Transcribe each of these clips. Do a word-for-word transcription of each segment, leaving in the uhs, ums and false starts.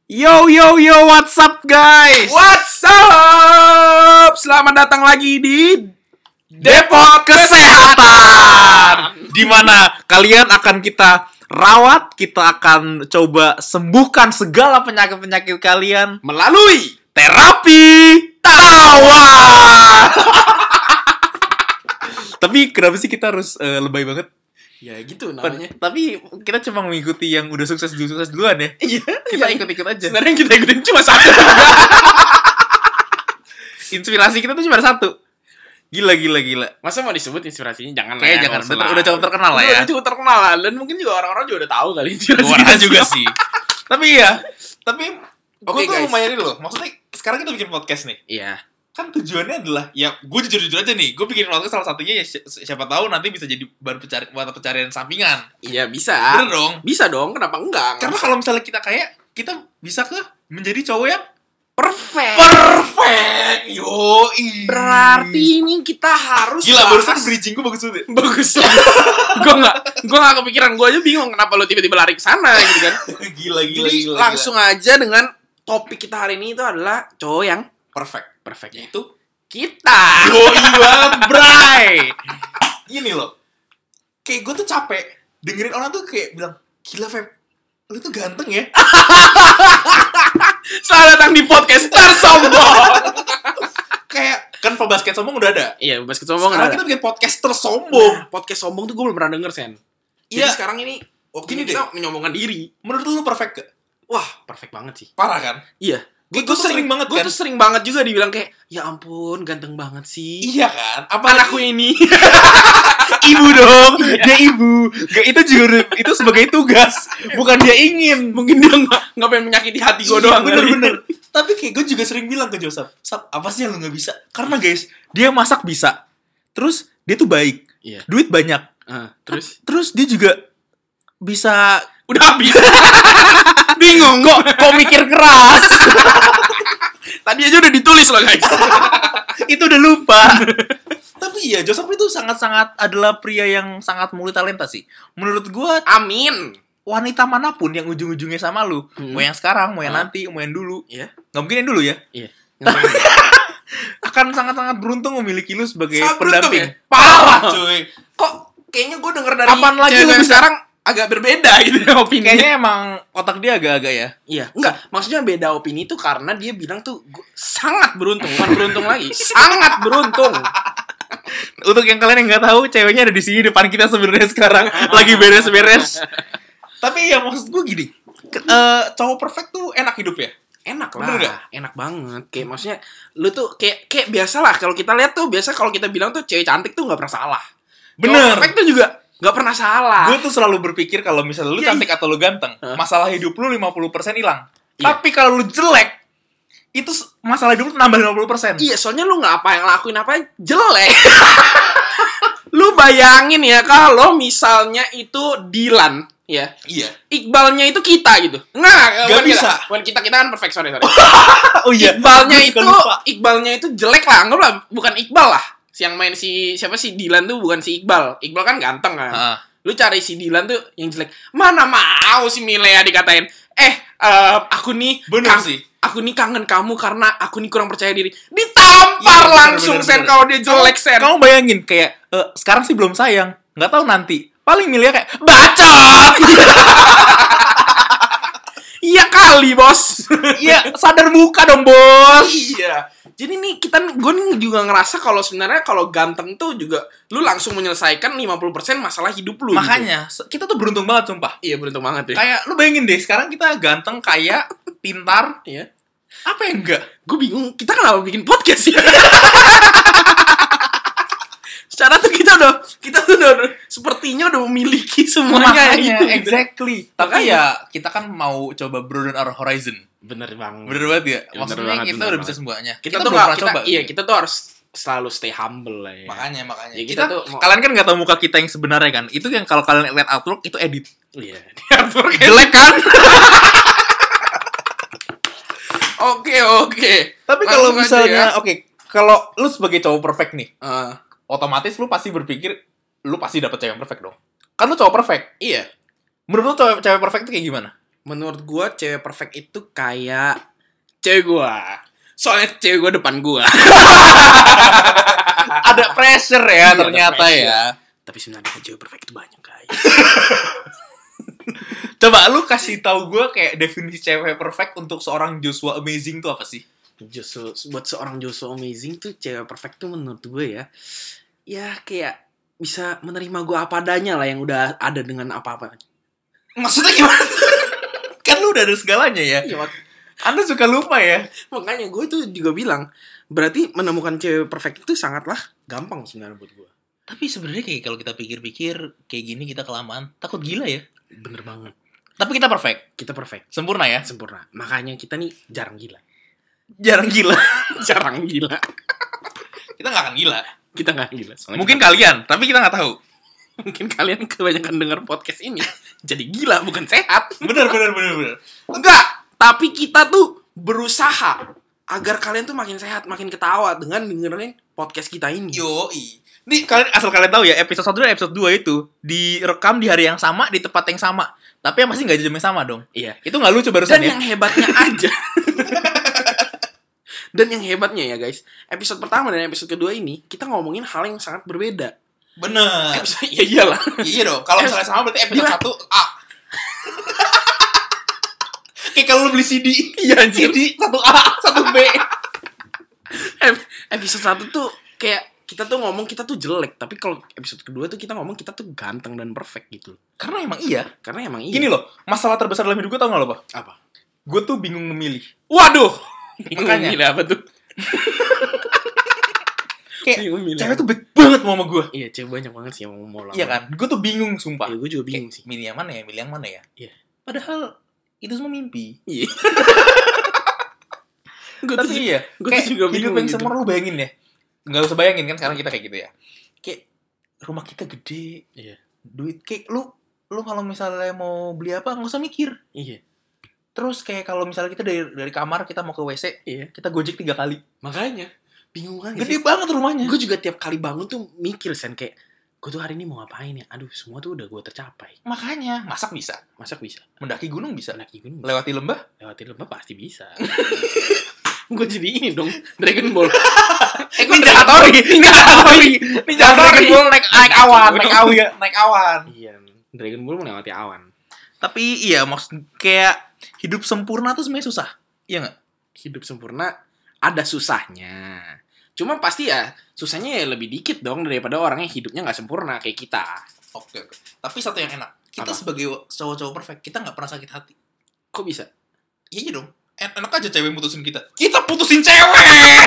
Yo yo yo, what's up guys? What's up? Selamat datang lagi di Depot Kesehatan, di mana kalian akan kita rawat, kita akan coba sembuhkan segala penyakit-penyakit kalian melalui terapi tawa. Tapi kenapa sih kita harus uh, lebay banget? Ya gitu namanya. Tapi kita cuma mengikuti yang udah sukses dulu sukses duluan ya. Iya, kita iya. ikut-ikut aja. Sebenarnya yang kita ikutin cuma satu. Inspirasi kita tuh cuma satu. Gila gila gila. Masa mau disebut inspirasinya? Jangan lah. Kayak ya, jangan. usah Betul, lah. udah cukup terkenal lah ya. Udah cukup terkenal lah. Dan mungkin juga orang-orang juga udah tahu kali inspirasi Gua kita juga siapa. sih. Tapi ya, tapi Oke, gue tuh guys. lumayan ini loh. Maksudnya sekarang kita bikin podcast nih. Iya. Kan tujuannya adalah ya gue jujur-jujur aja nih. Gue bikin podcast salah satunya ya si- siapa tahu nanti bisa jadi bahan pencari mata pencarian sampingan. Iya bisa. Bener dong. Bisa dong. Kenapa enggak? Karena kalau misalnya kita kayak kita bisa ke menjadi cowok yang perfect. perfect. Yo, Berarti ini kita harus gila bahas- barusan bridging gue bagus banget. bagus. Gue nggak, gue nggak kepikiran. Gue aja bingung kenapa lo tiba-tiba lari ke sana gitu kan. Gila gila Jadi gila. langsung aja dengan topik kita hari ini itu adalah cowok yang perfect. perfect. Itu Kita. Yoi banget, bray. Gini loh, kayak gue tuh capek dengerin orang tuh kayak bilang, gila Feb, lu tuh ganteng ya. Selamat datang di podcast tersombong. Kayak kan pebasket sombong udah ada. Iya, basket sombong Sekarang ada. kita bikin podcast tersombong. Podcast sombong tuh gue belum pernah denger, Sen. Jadi Iya. sekarang ini waktu Gini ini kita menyombongkan diri. Menurut lu perfect gak? Wah, perfect banget sih. Parah kan? Iya. Gue Gue tuh sering banget Gue kan. tuh sering banget juga dibilang kayak, ya ampun, ganteng banget sih. Iya kan? Apa Anakku ini. ibu dong? Dia ibu. Gak, itu juga itu sebagai tugas, bukan dia ingin. Mungkin dia nggak nggak pengen menyakiti hati gue Iya, doang. bener-bener. Tapi kayak gue juga sering bilang ke Joseph, Sap, apa sih yang lu gak bisa? Karena guys, dia masak bisa. Terus dia tuh baik. Iya. Duit banyak. Ah, terus Terus dia juga bisa. udah habis. Bingung Kok kok mikir keras. Tadi aja udah ditulis loh guys. Itu udah lupa. Tapi iya, Joseph itu sangat-sangat adalah pria yang sangat multitalenta sih. Menurut gue, Amin. wanita manapun yang ujung-ujungnya sama lu, Hmm. mau yang sekarang, mau yang Ah. nanti, mau yang dulu, Iya. nggak mungkin yang dulu ya, Iya. akan sangat-sangat beruntung memiliki lu sebagai Sangat beruntung pendamping. ya? Parah, Parah. cuy. Kok kayaknya gue denger dari Kapan lagi cewek lu yang bisa- sekarang agak berbeda gitu ya opini. Kayaknya emang otak dia agak-agak ya. Iya, enggak. Maksudnya beda opini itu karena dia bilang tuh gua sangat beruntung, bukan beruntung lagi, sangat beruntung. Untuk yang kalian yang nggak tahu, ceweknya ada di sini depan kita sebenarnya sekarang lagi beres-beres. Tapi ya maksud gue gini, ke- eh, cowok perfect tuh enak hidup ya. Enak Bener lah, nggak? enak banget. Kayak maksudnya lu tuh kayak kayak biasa lah kalau kita lihat tuh biasa kalau kita bilang tuh cewek cantik tuh nggak pernah salah. Bener. Cowok perfect tuh juga nggak pernah salah. Gue tuh selalu berpikir kalau misalnya lu Iya, cantik atau lu ganteng, Hah? masalah hidup lu lima puluh persen hilang. Iya. Tapi kalau lu jelek, itu s- masalah hidup lu nambah lima puluh persen. Iya, soalnya lu nggak apa yang lakuin apa jelek. Lu bayangin ya kalau misalnya itu Dilan, ya. Iya. Iqbalnya itu kita gitu. Nggak, Nggak bukan bisa. Kita. Bukan kita, kita kan perfect, sorry, sorry. Oh iya. Iqbalnya Gua itu, suka lupa. Iqbalnya itu jelek lah, anggap lah, bukan Iqbal lah. Si yang main si siapa sih Dilan tuh bukan si Iqbal. Iqbal kan ganteng kan. Ah. Lu cari si Dilan tuh yang jelek. Mana mau si Milea dikatain, "Eh, eh, aku nih Bener kang- sih. Aku nih kangen kamu karena aku nih kurang percaya diri." Ditampar Iya, bener, langsung bener, Sen bener. kalau dia jelek Kamu- Sen. Kamu bayangin kayak eh, sekarang sih belum sayang, nggak tahu nanti. Paling Milia kayak bacot. Iya kali, Bos. Iya, sadar muka dong, Bos. Iya. Jadi nih kita gue nih juga ngerasa kalau sebenarnya kalau ganteng tuh juga lu langsung menyelesaikan lima puluh persen masalah hidup lu. gitu. Makanya se- kita tuh beruntung banget sumpah. Iya, beruntung banget ya. Kayak lu bayangin deh, sekarang kita ganteng, kaya, pintar, Iya. apa yang enggak? Gue bingung, kita kenapa bikin podcast ya? Secara tuh kita udah kita tuh udah sepertinya udah memiliki semuanya Makanya, itu. exactly. Tapi Makanya. ya kita kan mau coba broaden our horizon. Bener banget. Bener banget ya. Bener Maksudnya banget, kita bener udah banget. bisa semuanya. Kita, tuh belum nggak- pernah kita, coba. iya gitu. kita tuh harus selalu stay humble lah ya. Makanya makanya. Ya, kita, kita tuh mau- kalian kan nggak tahu muka kita yang sebenarnya kan. Itu yang kalau kalian lihat outlook itu edit. Iya. Diatur kayak- Jelek kan? Oke oke. Tapi kalau Langsung aja misalnya ya. oke, kalau lu sebagai cowok perfect nih, Eh, otomatis lu pasti berpikir lu pasti dapet cewek yang perfect dong. Kan lu cowok perfect. iya. Menurut lu cewek, cewek perfect itu kayak gimana? Menurut gue cewek perfect itu kayak cewek gue. Soalnya cewek gue depan gue. Ada pressure ya Iya, ternyata ada pressure. ya. Tapi sebenarnya cewek perfect itu banyak guys. Coba lu kasih tahu gue kayak definisi cewek perfect untuk seorang Joshua Amazing tuh apa sih? Joshua, buat seorang Joshua Amazing tuh cewek perfect tuh menurut gue ya. Ya kayak bisa menerima gue apa adanya lah yang udah ada dengan apa-apa. Maksudnya gimana? Kan lu udah ada segalanya ya. Iya, mak- Anda suka lupa ya? makanya gue tuh juga bilang berarti menemukan cewek perfect itu sangatlah gampang sebenarnya buat gue. Tapi sebenarnya kayak kalau kita pikir-pikir kayak gini kita kelamaan takut gila ya. Bener banget. Tapi kita perfect, Kita perfect. sempurna ya. Sempurna. Makanya kita nih jarang gila. Jarang gila. Jarang gila. Kita nggak akan gila. Kita gak gila. Soalnya Mungkin kalian, tapi kita nggak tahu. kita- mungkin kalian kebanyakan dengar podcast ini. Jadi gila, bukan sehat. Bener bener bener bener. Enggak. Tapi kita tuh berusaha agar kalian tuh makin sehat, makin ketawa dengan dengerin podcast kita ini. Yoi. Nih kalian asal kalian tahu ya, episode satu dan episode dua itu direkam di hari yang sama, di tempat yang sama. Tapi yang pasti nggak jam yang sama dong. Iya. Itu nggak lucu barusan Dan ya. yang hebatnya aja. Dan yang hebatnya ya guys, episode pertama dan episode kedua ini kita ngomongin hal yang sangat berbeda. Bener. Episode ya iyalah. Iya dong. Kalau misalnya sama berarti episode Gila. satu A. Kayak kalau lu beli C D. Iya anjir. C D satu A, satu B. Ep- episode satu tuh kayak kita tuh ngomong kita tuh jelek, tapi kalau episode kedua tuh kita ngomong kita tuh ganteng dan perfect gitu. Karena emang iya. Karena emang iya. Gini loh, masalah terbesar dalam hidup gue tau gak lo, Pak? Apa? Gue tuh bingung memilih. Waduh. Makanya. Gila apa tuh? Kayak Bingung milih cewek apa. tuh baik banget mau sama gue. Iya, cewek banyak banget sih yang mau lama. Iya kan? Gue tuh bingung sumpah. Iya, gue juga bingung Kayak, sih. milih yang mana ya? Milih yang mana ya? Iya. Padahal itu semua mimpi. Iya. Gue Tapi tuh iya, gue kayak tuh juga hidup bingung yang gitu. sempurna lu bayangin ya. Nggak usah bayangin kan sekarang kita kayak gitu ya. Kayak rumah kita gede, Iya. duit kayak lu lu kalau misalnya mau beli apa nggak usah mikir. Iya. Terus kayak kalau misalnya kita dari dari kamar kita mau ke W C, Iya. kita gojek tiga kali. Makanya bingung banget Gede sih. banget rumahnya. Gue juga tiap kali bangun tuh mikir sen kayak gue tuh hari ini mau ngapain ya? Aduh, semua tuh udah gue tercapai. Makanya masak bisa, Masak bisa. mendaki gunung bisa, Lagi gunung lewati lembah. lewati lembah pasti bisa. Gue jadi ini dong Dragon Ball. Eh, Ninja Hattori, Ninja Hattori, Ninja Hattori, naik naik awan, naik awan, naik awan. Iya, Dragon Ball melewati awan. Tapi iya maksud kayak hidup sempurna tuh sebenarnya susah. Iya nggak? Hidup sempurna ada susahnya. Cuma pasti ya susahnya ya lebih dikit dong daripada orang yang hidupnya nggak sempurna kayak kita. Oke oke. Tapi satu yang enak. Kita Apa? sebagai cowok-cowok perfect, kita nggak pernah sakit hati. Kok bisa? Iya iya dong. En- Enak aja cewek mutusin kita. Kita putusin cewek.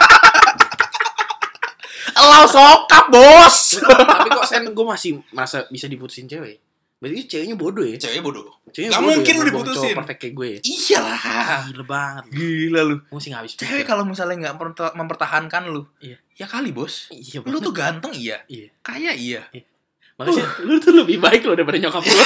Elau sokap bos. Tapi kok sen gue masih merasa bisa diputusin cewek. Berarti ceweknya bodoh ya? Cewek bodoh. Ceweknya Gak bodoh mungkin ya, lu ngebuang diputusin. cowok perfect kayak gue ya? Iyalah. Gila banget. Gila lu. Gue sih gak habis Cewek pikir. kalau misalnya nggak memper- mempertahankan lu, Iya. ya kali bos. Iya Lu banget. tuh ganteng iya, Iya. kaya iya. Makanya lu tuh lebih baik lo daripada nyokap lu.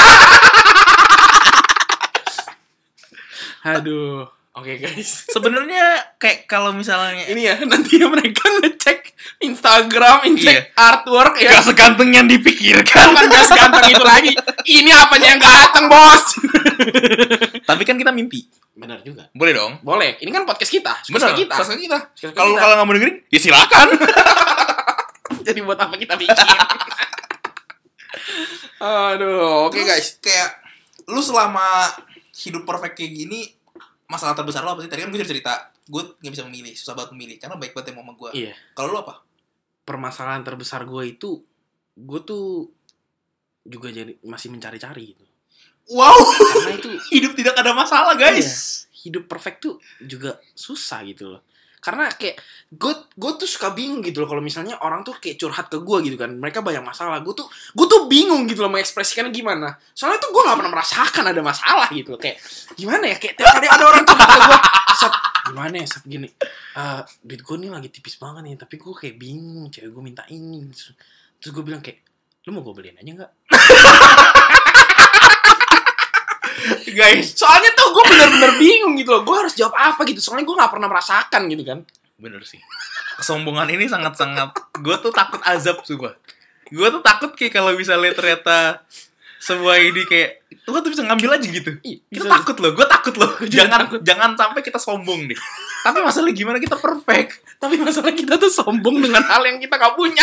Aduh. Oke guys. Sebenarnya kayak kalau misalnya Ini ya nanti ya mereka ngecek Instagram, ngecek Iya. artwork ya. gak seganteng yang dipikirkan. Bukan gak seganteng itu lagi. Ini apanya yang ganteng bos? Tapi kan kita mimpi. Benar juga. Boleh dong. Boleh. Ini kan podcast kita. Bener, Suka kita. suka kita. Suka Kalau kita. kalau nggak mau dengerin, ya silakan. Jadi buat apa kita bikin? Aduh. Oke Terus guys. kayak lu selama hidup perfect kayak gini, masalah terbesar lo apa sih? Tadi kan gue cerita, gue nggak bisa memilih, susah banget memilih karena baik banget yang mau sama gue. Iya. Kalau lu apa? Permasalahan terbesar gue itu, gue tuh juga jadi masih mencari-cari gitu. Wow, Karena itu hidup tidak ada masalah guys. hidup perfect tuh juga susah gitu loh. Karena kayak gue gue tuh suka bingung gitu loh kalau misalnya orang tuh kayak curhat ke gue gitu kan, mereka banyak masalah, gue tuh gue tuh bingung gitu loh mengekspresikan gimana. Soalnya tuh gue nggak pernah merasakan ada masalah gitu loh. Kayak gimana ya, kayak tiap kali ada orang curhat ke gue, Sat, gimana ya Sat, gini, "Eh, duit gue nih lagi tipis banget nih, tapi gue kayak bingung, cewek gue minta ini." Terus, terus gue bilang kayak, lu mau gue beliin aja nggak? Guys, Soalnya tuh gue bener-bener bingung gitu loh, gue harus jawab apa gitu. Soalnya gue nggak pernah merasakan gitu kan. bener sih. Kesombongan ini sangat-sangat, gue tuh takut azab sumpah. Gue tuh takut kayak kalau misalnya ternyata semua ini kayak Tuhan tuh bisa ngambil aja gitu. Iya, Kita bisa. takut loh, gue takut loh. juga Jangan takut. jangan sampai kita sombong deh. Tapi masalah gimana kita perfect. Tapi masalah kita tuh sombong dengan hal yang kita gak punya.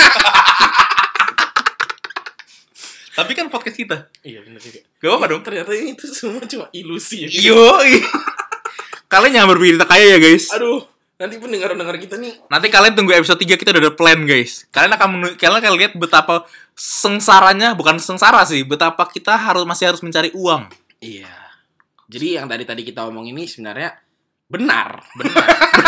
Tapi kan podcast kita. Iya bener juga. Gak apa-apa dong. Ternyata ini tuh semua cuma ilusi ya. Yo. Kalian jangan berpikir kita kaya ya guys. Aduh, nanti pendengar-pendengar kita nih. Nanti kalian tunggu episode tiga, kita udah ada plan guys. Kalian akan menu- kalian akan lihat betapa sengsaranya, bukan sengsara sih, betapa kita harus masih harus mencari uang. Iya. Jadi yang tadi tadi kita omong ini sebenarnya benar. Benar.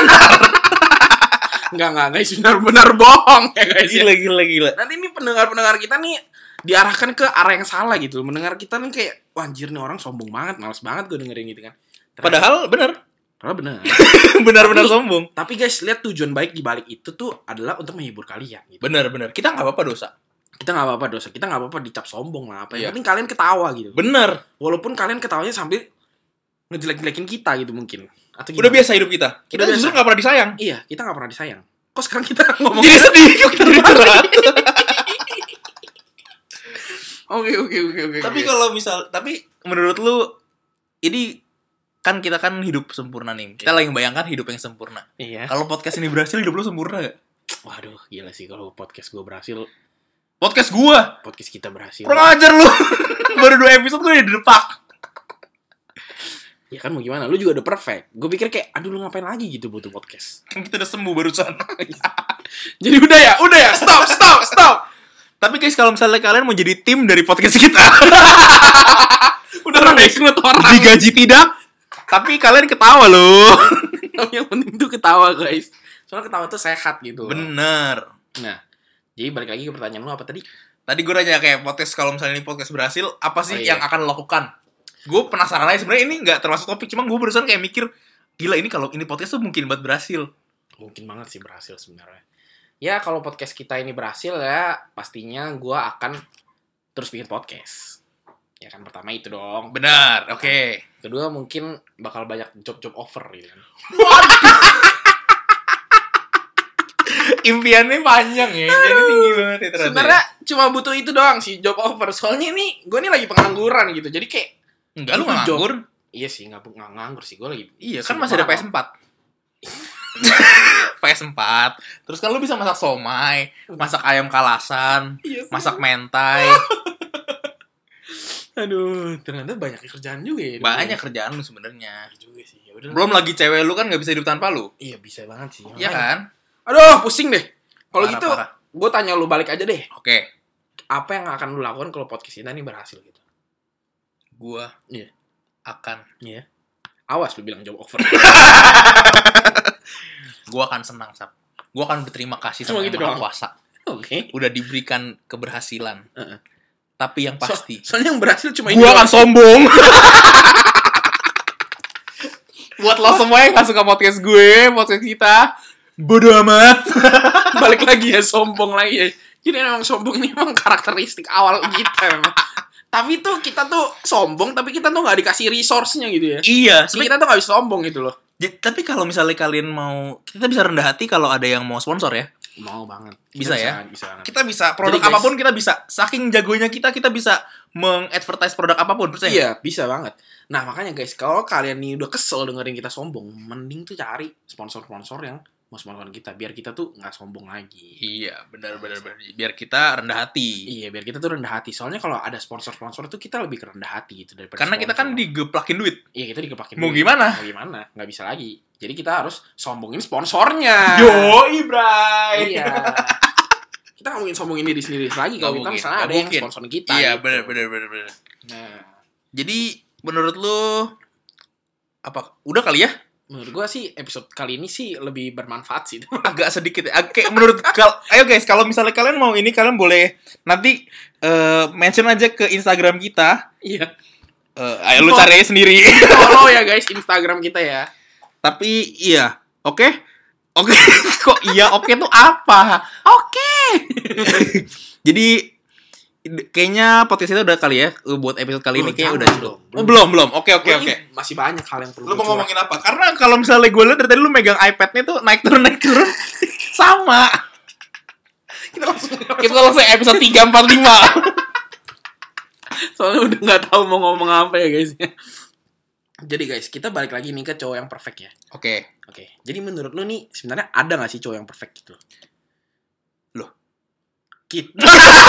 Enggak enggak guys, benar-benar bohong ya guys. ya. Gila gila gila. Nanti nih pendengar-pendengar kita nih diarahkan ke arah yang salah gitu. Mendengar kita nih kayak, wah anjir nih orang sombong banget, males banget gue dengerin gitu kan. Ternyata- Padahal benar. Padahal benar. Benar-benar Tapi- sombong. Tapi guys, lihat tujuan baik di balik itu tuh adalah untuk menghibur kalian gitu. Benar-benar. Kita nggak apa-apa dosa. Kita nggak apa-apa dosa, kita nggak apa-apa dicap sombong lah. Apa yang Iya. penting kalian ketawa gitu. Benar. Walaupun kalian ketawanya sambil ngejelek-jelekin kita gitu mungkin. Atau Udah gimana? biasa hidup kita. Kita Udah justru biasa. nggak pernah disayang. Iya, kita nggak pernah disayang. Kok sekarang kita ngomong? Jadi sedih kita curhat. Oke oke oke oke. Tapi oke. kalau misal, tapi menurut lu ini kan kita kan hidup sempurna nih. Kita lagi membayangkan hidup yang sempurna. Iya. Kalau podcast ini berhasil, hidup lu sempurna gak? Waduh, gila sih kalau podcast gue berhasil, Podcast gua. podcast kita berhasil. Kurang ajar lu. Baru dua episode gue udah didepak. Ya kan mau gimana? Lu juga udah perfect. Gue pikir kayak, aduh lu ngapain lagi gitu butuh podcast. Kan kita udah sembuh barusan. Jadi udah ya, udah ya, stop, stop, stop. Tapi guys, kalau misalnya kalian mau jadi tim dari podcast kita, Udah rekrut orang. digaji tidak, tapi kalian ketawa loh. Tapi yang penting tuh ketawa guys. Soalnya ketawa tuh sehat gitu. Bener. Nah, jadi balik lagi ke pertanyaan lu apa tadi? Tadi gue nanya kayak podcast, kalau misalnya ini podcast berhasil, apa sih Oh, iya. yang akan lo lakukan? Gue penasaran aja, sebenarnya ini nggak termasuk topik, cuma gue barusan kayak mikir, gila ini kalau ini podcast tuh mungkin buat berhasil. Mungkin banget sih berhasil sebenarnya. Ya kalau podcast kita ini berhasil ya pastinya gue akan terus bikin podcast. Ya kan pertama itu dong. Benar, oke. Kedua mungkin bakal banyak job-job offer gitu kan. Impiannya panjang ya, impiannya tinggi banget ya ternyata. Sebenarnya cuma butuh itu doang sih job offer. Soalnya ini gue nih lagi pengangguran gitu. Jadi kayak Enggak, lu butuh nggak job. nganggur. Iya sih nggak nggak nganggur sih gue lagi. Iya, kan sibuk masih ada P S banget. empat. P S empat. Terus kan lu bisa masak somai, masak ayam kalasan, Iya sih. masak mentai. Aduh, ternyata banyak kerjaan juga ya. Banyak kerjaan lu sebenarnya. Iya juga sih. Ya udah. Belum lagi cewek lu kan nggak bisa hidup tanpa lu. Iya bisa banget sih. Iya Makanya. kan? Aduh, pusing deh. Kalau Parah, gitu, parah. gue tanya lu balik aja deh. Oke, Apa yang akan lu lakukan kalau podcast kita ini berhasil gitu? gua Iya. akan Iya. Awas lu bilang job offer. gua akan senang, Sap. Gua akan berterima kasih Cuma sama gitu Yang Maha doang? Kuasa. Oke. Udah diberikan keberhasilan. Heeh. Tapi yang So- pasti, soalnya yang berhasil cuma ini. gua akan doang. sombong. Buat lo semua yang gak suka podcast gue, podcast kita, bodo amat. Balik lagi ya sombong lagi ya. Jadi memang sombong ini memang karakteristik awal kita memang. Tapi tuh kita tuh sombong tapi kita tuh nggak dikasih resource-nya gitu ya. Iya, Jadi kita tuh nggak bisa sombong gitu loh. J- tapi kalau misalnya kalian mau, kita bisa rendah hati kalau ada yang mau sponsor ya. Mau banget. Bisa ya? Bisa banget. Kita bisa produk Jadi, guys- apapun kita bisa. Saking jagonya kita, kita bisa mengadvertise produk apapun, percaya? Iya, bisa banget. Nah, makanya guys, kalau kalian nih udah kesel dengerin kita sombong, mending tuh cari sponsor-sponsor yang mau sponsorin kita biar kita tuh nggak sombong lagi. Iya, benar benar benar. Biar kita rendah hati. Iya, biar kita tuh rendah hati. Soalnya kalau ada sponsor-sponsor tuh kita lebih ke rendah hati gitu daripada Karena kita kan sponsor. digeplakin duit. Iya, kita dikepakin. Mau duit. gimana? Mau gimana? Nggak bisa lagi. Jadi kita harus sombongin sponsornya. Yo, Ibray. Iya. Kita nggak mungkin sombongin diri sendiri lagi Nggak kalau kita mungkin, misalnya nggak ada yang mungkin. sponsorin kita. Iya, gitu. benar benar benar benar. Nah, Jadi menurut lu apa? Udah kali ya? menurut gua sih episode kali ini sih lebih bermanfaat sih. Agak sedikit ya. Ag- Kayak menurut kal ayo guys, kalau misalnya kalian mau ini, kalian boleh nanti eh, mention aja ke Instagram kita. Iya. Eh, ayo lu cari aja sendiri. Follow ya guys Instagram kita ya. Tapi iya, oke? Oke, kok iya oke tuh apa? Oke. Jadi id- kayaknya podcast itu udah kali ya uh, buat episode kali ini Belum, kayak jangan, udah belum, Oh, belum belum. Oke oke Gua oke. ini masih banyak hal yang perlu. Lu mau gua ngomongin apa? Karena kalau misalnya gue liat dari tadi lu megang iPad-nya tuh naik turun naik turun sama. Kita langsung Kita langsung episode tiga empat lima. Soalnya udah nggak tahu mau ngomong apa ya guys. Jadi guys, kita balik lagi nih ke cowok yang perfect ya. Oke. Oke. Jadi menurut lu nih sebenarnya ada nggak sih cowok yang perfect gitu? Loh. Kita.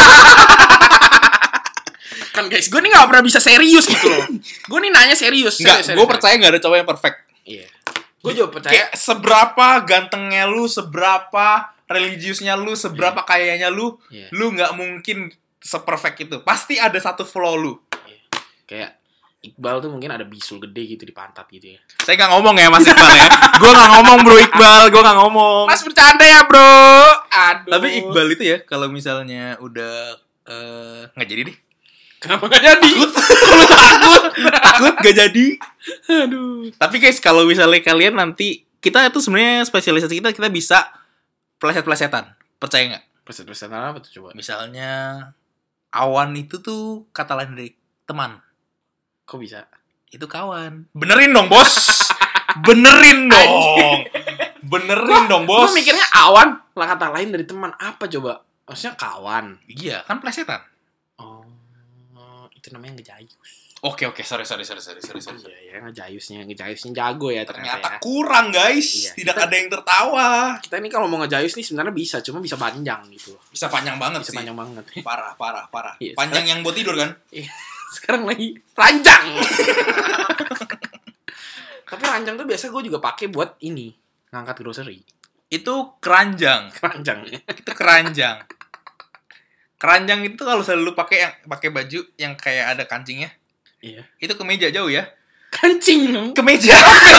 Kan guys, gue nih gak pernah bisa serius gitu loh. Gue nih nanya serius. Enggak, gue percaya gak ada cowok yang perfect. Iya. Gue juga percaya. Kayak seberapa gantengnya lu, seberapa religiusnya lu, seberapa yeah. kayanya lu, yeah. lu gak mungkin seperfect itu. Pasti ada satu flaw lu. Yeah. Kayak Iqbal tuh mungkin ada bisul gede gitu di pantat gitu ya. Saya gak ngomong ya Mas Iqbal ya. Gue gak ngomong bro Iqbal, gue gak ngomong. Mas bercanda ya bro. Aduh. Tapi Iqbal itu ya, kalau misalnya udah uh, gak jadi deh. Kenapa gak jadi? Takut. Lu takut. Takut gak jadi. Aduh. Tapi guys, kalau misalnya kalian nanti, kita itu sebenarnya spesialisasi kita, kita bisa pleset-plesetan. Percaya gak? Pleset-plesetan apa tuh coba? Misalnya, awan itu tuh kata lain dari teman. Kok bisa? Itu kawan. Benerin dong bos. Benerin dong. Benerin dong bos. Gue mikirnya awan lah kata lain dari teman. Apa coba? Maksudnya kawan. Iya, kan plesetan. Oh. Itu namanya ngejayus. Oke oke, sorry sorry sorry sorry sorry sorry. Iya ya, ngejayusnya ngejayusnya jago ya ternyata, ternyata ya. Kurang guys, iya, tidak kita, ada yang tertawa. Kita ini kalau mau ngejayus nih sebenarnya bisa, cuma bisa panjang gitu. Bisa panjang banget bisa sih. Panjang banget. Parah parah parah. Iya, panjang sekarang, yang buat tidur kan? Iya. Sekarang lagi ranjang. Tapi ranjang tuh biasa gue juga pakai buat ini, ngangkat grocery. Itu keranjang. Keranjang. Itu keranjang. Keranjang itu kalau selalu pakai yang pakai baju yang kayak ada kancingnya. Iya. Itu ke meja jauh ya. Kancing dong. Ke meja.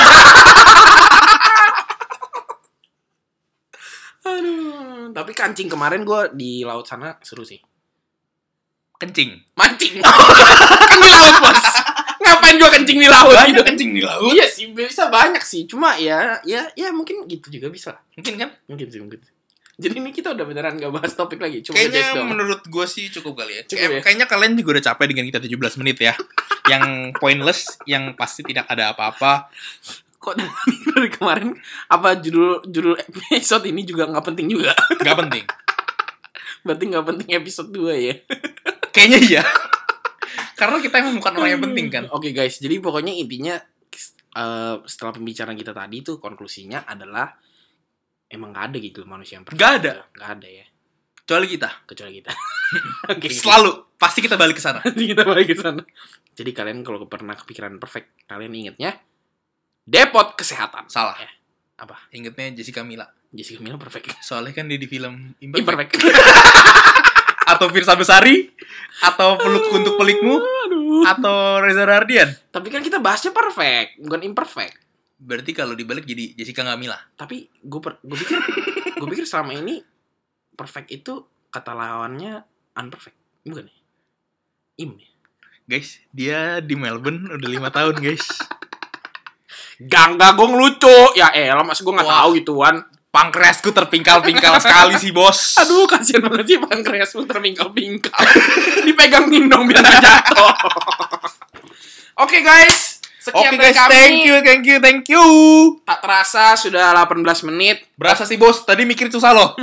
Aduh. Tapi kancing kemarin gue di laut sana seru sih. Kencing. Mancing. Kan di laut bos. Ngapain gue kencing di laut? Banyak gitu. Kencing di laut. Iya sih bisa banyak sih. Cuma ya ya ya mungkin gitu juga bisa. Mungkin kan? Mungkin sih mungkin. Jadi ini kita udah beneran gak bahas topik lagi. Cuma kayaknya menurut gue sih cukup kali ya. Cukup Kay- ya? Kayaknya kalian juga udah capek dengan kita tujuh belas menit ya. Yang pointless, yang pasti tidak ada apa-apa. Kok dari kemarin apa judul judul episode ini juga gak penting juga? Gak penting. Berarti gak penting episode dua ya? Kayaknya iya. Karena kita emang bukan orang yang penting kan. Oke okay, guys, jadi pokoknya intinya uh, setelah pembicaraan kita tadi tuh konklusinya adalah emang gak ada gitu manusia yang perfect. Gak ada. Gak ada ya. Kecuali kita. Kecuali kita. Okay, selalu. Gitu. Pasti kita balik ke sana. Pasti kita balik ke sana. Jadi kalian kalau pernah kepikiran perfect, kalian ingetnya Depot Kesehatan. Salah. Ya. Apa? Ingetnya Jessica Mila. Jessica Mila perfect. Soalnya kan dia di film Imperfect. Atau Firsa Besari. Atau Peluk Untuk Pelikmu. Aduh. Atau Reza Rardian. Tapi kan kita bahasnya perfect, bukan imperfect. Berarti kalau dibalik jadi Jessica nggak Mila. Tapi gue per- gue pikir gue pikir selama ini perfect itu kata lawannya unperfect, bukan ya? Im ya? Guys, dia di Melbourne udah lima tahun guys. Gangga gue ngelucu. Ya elah mas gue nggak tahu gituan. Pankreasku terpingkal-pingkal sekali sih bos. Aduh kasian banget sih pankreasku terpingkal-pingkal. Dipegangin dong biar gak jatuh. Oke okay, guys. Sekian Oke dari guys, kami. thank you, thank you, thank you. Tak terasa sudah delapan belas menit. Berasa sih bos, tadi mikir susah loh.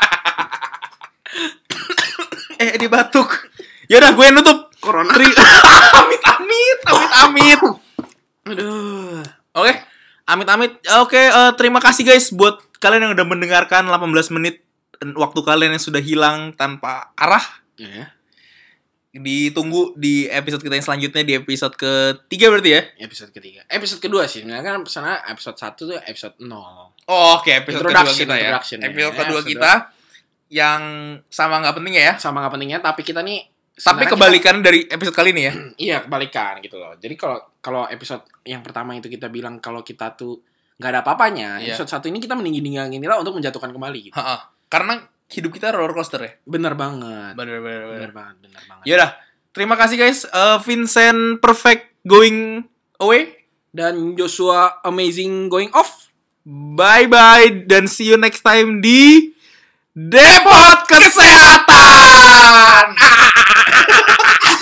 eh, dia batuk. Yaudah, gue nutup. Corona. Tri- amit, amit, amit, amit. Aduh. Oke, okay. Amit, amit. Oke, okay, uh, terima kasih guys buat kalian yang udah mendengarkan delapan belas menit waktu kalian yang sudah hilang tanpa arah. Yeah. Ditunggu di episode kita yang selanjutnya, di episode ketiga berarti ya? Episode ketiga. Episode kedua sih. Sebenarnya kan sana episode satu tuh episode nol. Oh, oke, okay. episode kedua kita ya. Ya. Episode kedua ya, kita yang sama nggak penting ya? Sama nggak pentingnya, tapi kita nih. Tapi kebalikan kita, dari episode kali ini ya? Iya, kebalikan gitu loh. Jadi kalau kalau episode yang pertama itu kita bilang kalau kita tuh nggak ada apa-apanya, yeah. Episode satu ini kita meninggi-ninggiin lah untuk menjatuhkan kembali gitu. Ha-ha. Karena hidup kita roller coaster ya? Bener banget. Bener, bener, bener. Bener banget, bener banget. Yaudah, terima kasih guys. Uh, Vincent Perfect going away. Dan Joshua Amazing going off. Bye-bye. Dan see you next time di Depot Kesehatan.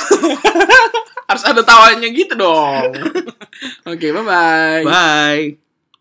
Harus ada tawanya gitu dong. Oke, okay, bye-bye. Bye.